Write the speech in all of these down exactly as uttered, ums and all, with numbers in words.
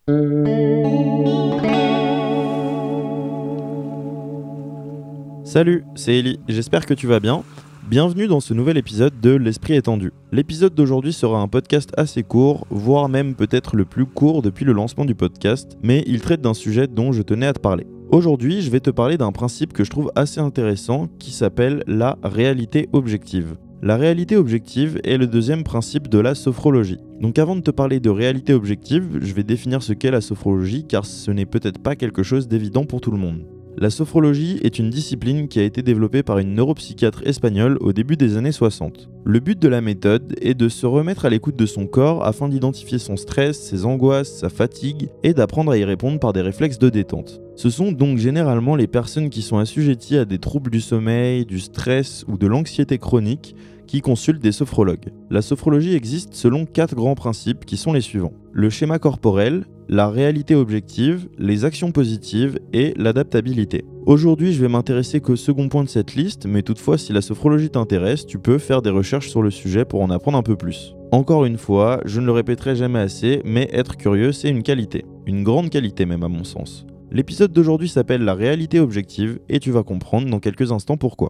Salut, c'est Ellie, j'espère que tu vas bien. Bienvenue dans ce nouvel épisode de L'Esprit étendu. L'épisode d'aujourd'hui sera un podcast assez court, voire même peut-être le plus court depuis le lancement du podcast, mais il traite d'un sujet dont je tenais à te parler. Aujourd'hui, je vais te parler d'un principe que je trouve assez intéressant qui s'appelle la réalité objective. La réalité objective est le deuxième principe de la sophrologie. Donc avant de te parler de réalité objective, je vais définir ce qu'est la sophrologie car ce n'est peut-être pas quelque chose d'évident pour tout le monde. La sophrologie est une discipline qui a été développée par une neuropsychiatre espagnole au début des années soixante. Le but de la méthode est de se remettre à l'écoute de son corps afin d'identifier son stress, ses angoisses, sa fatigue et d'apprendre à y répondre par des réflexes de détente. Ce sont donc généralement les personnes qui sont assujetties à des troubles du sommeil, du stress ou de l'anxiété chronique qui consultent des sophrologues. La sophrologie existe selon quatre grands principes qui sont les suivants. Le schéma corporel, la réalité objective, les actions positives et l'adaptabilité. Aujourd'hui, je vais m'intéresser qu'au second point de cette liste, mais toutefois, si la sophrologie t'intéresse, tu peux faire des recherches sur le sujet pour en apprendre un peu plus. Encore une fois, je ne le répéterai jamais assez, mais être curieux, c'est une qualité. Une grande qualité même à mon sens. L'épisode d'aujourd'hui s'appelle la réalité objective et tu vas comprendre dans quelques instants pourquoi.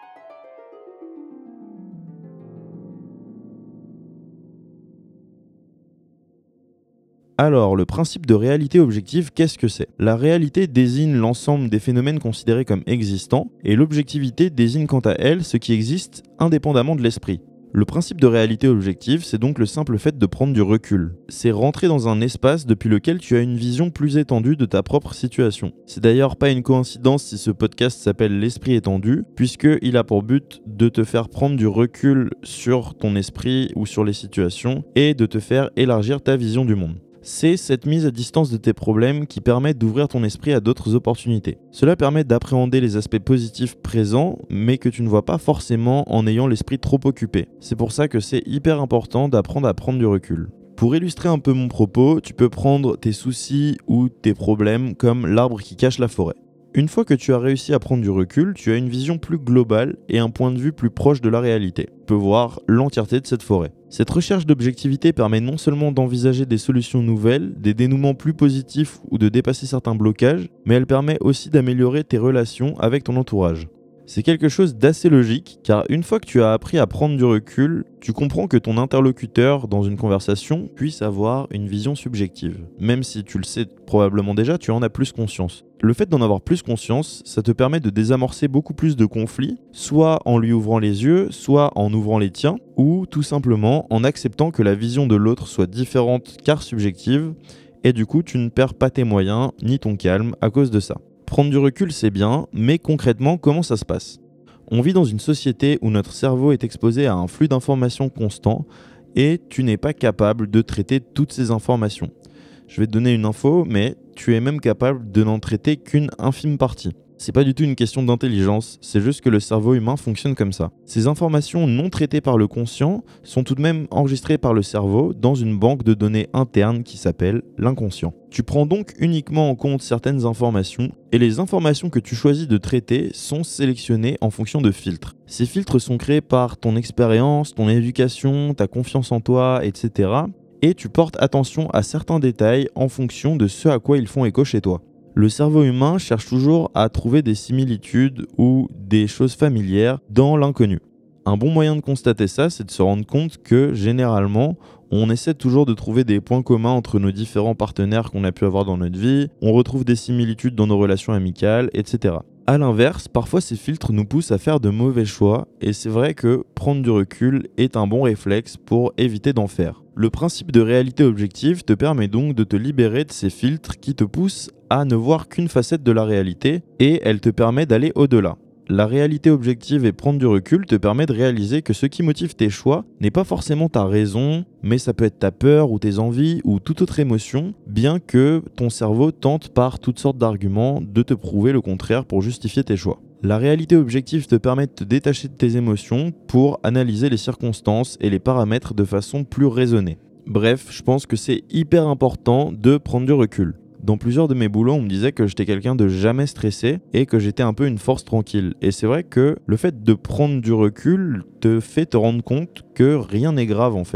Alors, le principe de réalité objective, qu'est-ce que c'est ? La réalité désigne l'ensemble des phénomènes considérés comme existants, et l'objectivité désigne quant à elle ce qui existe indépendamment de l'esprit. Le principe de réalité objective, c'est donc le simple fait de prendre du recul. C'est rentrer dans un espace depuis lequel tu as une vision plus étendue de ta propre situation. C'est d'ailleurs pas une coïncidence si ce podcast s'appelle L'Esprit étendu, puisqu'il a pour but de te faire prendre du recul sur ton esprit ou sur les situations, et de te faire élargir ta vision du monde. C'est cette mise à distance de tes problèmes qui permet d'ouvrir ton esprit à d'autres opportunités. Cela permet d'appréhender les aspects positifs présents, mais que tu ne vois pas forcément en ayant l'esprit trop occupé. C'est pour ça que c'est hyper important d'apprendre à prendre du recul. Pour illustrer un peu mon propos, tu peux prendre tes soucis ou tes problèmes comme l'arbre qui cache la forêt. Une fois que tu as réussi à prendre du recul, tu as une vision plus globale et un point de vue plus proche de la réalité. Tu peux voir l'entièreté de cette forêt. Cette recherche d'objectivité permet non seulement d'envisager des solutions nouvelles, des dénouements plus positifs ou de dépasser certains blocages, mais elle permet aussi d'améliorer tes relations avec ton entourage. C'est quelque chose d'assez logique, car une fois que tu as appris à prendre du recul, tu comprends que ton interlocuteur dans une conversation puisse avoir une vision subjective. Même si tu le sais probablement déjà, tu en as plus conscience. Le fait d'en avoir plus conscience, ça te permet de désamorcer beaucoup plus de conflits, soit en lui ouvrant les yeux, soit en ouvrant les tiens, ou tout simplement en acceptant que la vision de l'autre soit différente car subjective, et du coup tu ne perds pas tes moyens ni ton calme à cause de ça. Prendre du recul, c'est bien, mais concrètement, comment ça se passe ? On vit dans une société où notre cerveau est exposé à un flux d'informations constant et tu n'es pas capable de traiter toutes ces informations. Je vais te donner une info, mais tu es même capable de n'en traiter qu'une infime partie. C'est pas du tout une question d'intelligence, c'est juste que le cerveau humain fonctionne comme ça. Ces informations non traitées par le conscient sont tout de même enregistrées par le cerveau dans une banque de données interne qui s'appelle l'inconscient. Tu prends donc uniquement en compte certaines informations et les informations que tu choisis de traiter sont sélectionnées en fonction de filtres. Ces filtres sont créés par ton expérience, ton éducation, ta confiance en toi, et cetera. Et tu portes attention à certains détails en fonction de ce à quoi ils font écho chez toi. Le cerveau humain cherche toujours à trouver des similitudes ou des choses familières dans l'inconnu. Un bon moyen de constater ça, c'est de se rendre compte que généralement, on essaie toujours de trouver des points communs entre nos différents partenaires qu'on a pu avoir dans notre vie, on retrouve des similitudes dans nos relations amicales, et cetera. A l'inverse, parfois ces filtres nous poussent à faire de mauvais choix et c'est vrai que prendre du recul est un bon réflexe pour éviter d'en faire. Le principe de réalité objective te permet donc de te libérer de ces filtres qui te poussent à ne voir qu'une facette de la réalité et elle te permet d'aller au-delà. La réalité objective et prendre du recul te permet de réaliser que ce qui motive tes choix n'est pas forcément ta raison, mais ça peut être ta peur ou tes envies ou toute autre émotion, bien que ton cerveau tente par toutes sortes d'arguments de te prouver le contraire pour justifier tes choix. La réalité objective te permet de te détacher de tes émotions pour analyser les circonstances et les paramètres de façon plus raisonnée. Bref, je pense que c'est hyper important de prendre du recul. Dans plusieurs de mes boulots, on me disait que j'étais quelqu'un de jamais stressé et que j'étais un peu une force tranquille. Et c'est vrai que le fait de prendre du recul te fait te rendre compte que rien n'est grave en fait.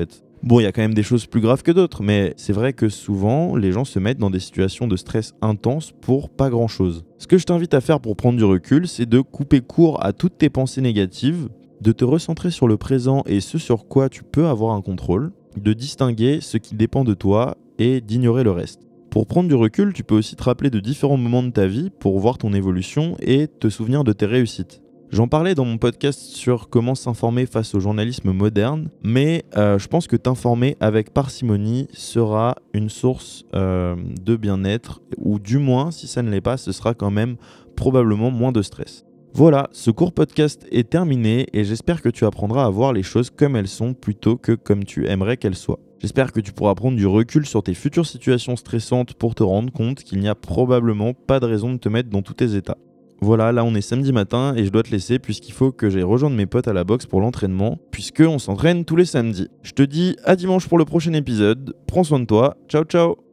Bon, il y a quand même des choses plus graves que d'autres, mais c'est vrai que souvent, les gens se mettent dans des situations de stress intense pour pas grand-chose. Ce que je t'invite à faire pour prendre du recul, c'est de couper court à toutes tes pensées négatives, de te recentrer sur le présent et ce sur quoi tu peux avoir un contrôle, de distinguer ce qui dépend de toi et d'ignorer le reste. Pour prendre du recul, tu peux aussi te rappeler de différents moments de ta vie pour voir ton évolution et te souvenir de tes réussites. J'en parlais dans mon podcast sur comment s'informer face au journalisme moderne, mais euh, je pense que t'informer avec parcimonie sera une source euh, de bien-être, ou du moins, si ça ne l'est pas, ce sera quand même probablement moins de stress. Voilà, ce court podcast est terminé et j'espère que tu apprendras à voir les choses comme elles sont plutôt que comme tu aimerais qu'elles soient. J'espère que tu pourras prendre du recul sur tes futures situations stressantes pour te rendre compte qu'il n'y a probablement pas de raison de te mettre dans tous tes états. Voilà, là on est samedi matin et je dois te laisser puisqu'il faut que j'aille rejoindre mes potes à la boxe pour l'entraînement, puisqu'on s'entraîne tous les samedis. Je te dis à dimanche pour le prochain épisode, prends soin de toi, ciao ciao.